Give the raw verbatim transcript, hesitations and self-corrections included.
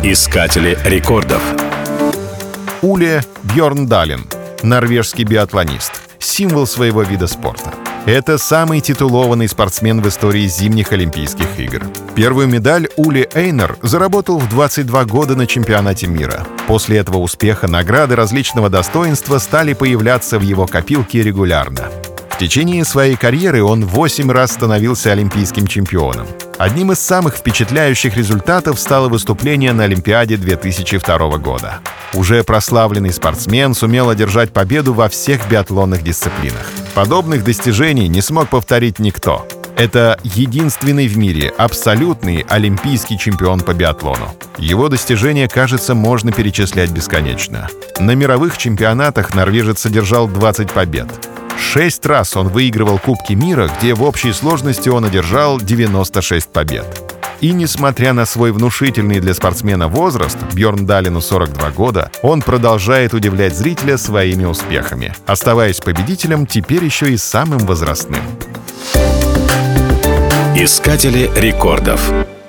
Искатели рекордов. Уле Бьорндален, норвежский биатлонист, символ своего вида спорта. Это самый титулованный спортсмен в истории зимних Олимпийских игр. Первую медаль Уле Эйнер заработал в двадцать два года на чемпионате мира. После этого успеха награды различного достоинства стали появляться в его копилке регулярно. В течение своей карьеры он восемь раз становился олимпийским чемпионом. Одним из самых впечатляющих результатов стало выступление на Олимпиаде две тысячи второго года. Уже прославленный спортсмен сумел одержать победу во всех биатлонных дисциплинах. Подобных достижений не смог повторить никто. Это единственный в мире абсолютный олимпийский чемпион по биатлону. Его достижения, кажется, можно перечислять бесконечно. На мировых чемпионатах норвежец одержал двадцать побед. Шесть раз он выигрывал Кубки мира, где в общей сложности он одержал девяносто шесть побед. И несмотря на свой внушительный для спортсмена возраст, Бьорндалену сорок два года, он продолжает удивлять зрителя своими успехами, оставаясь победителем теперь еще и самым возрастным. Искатели рекордов.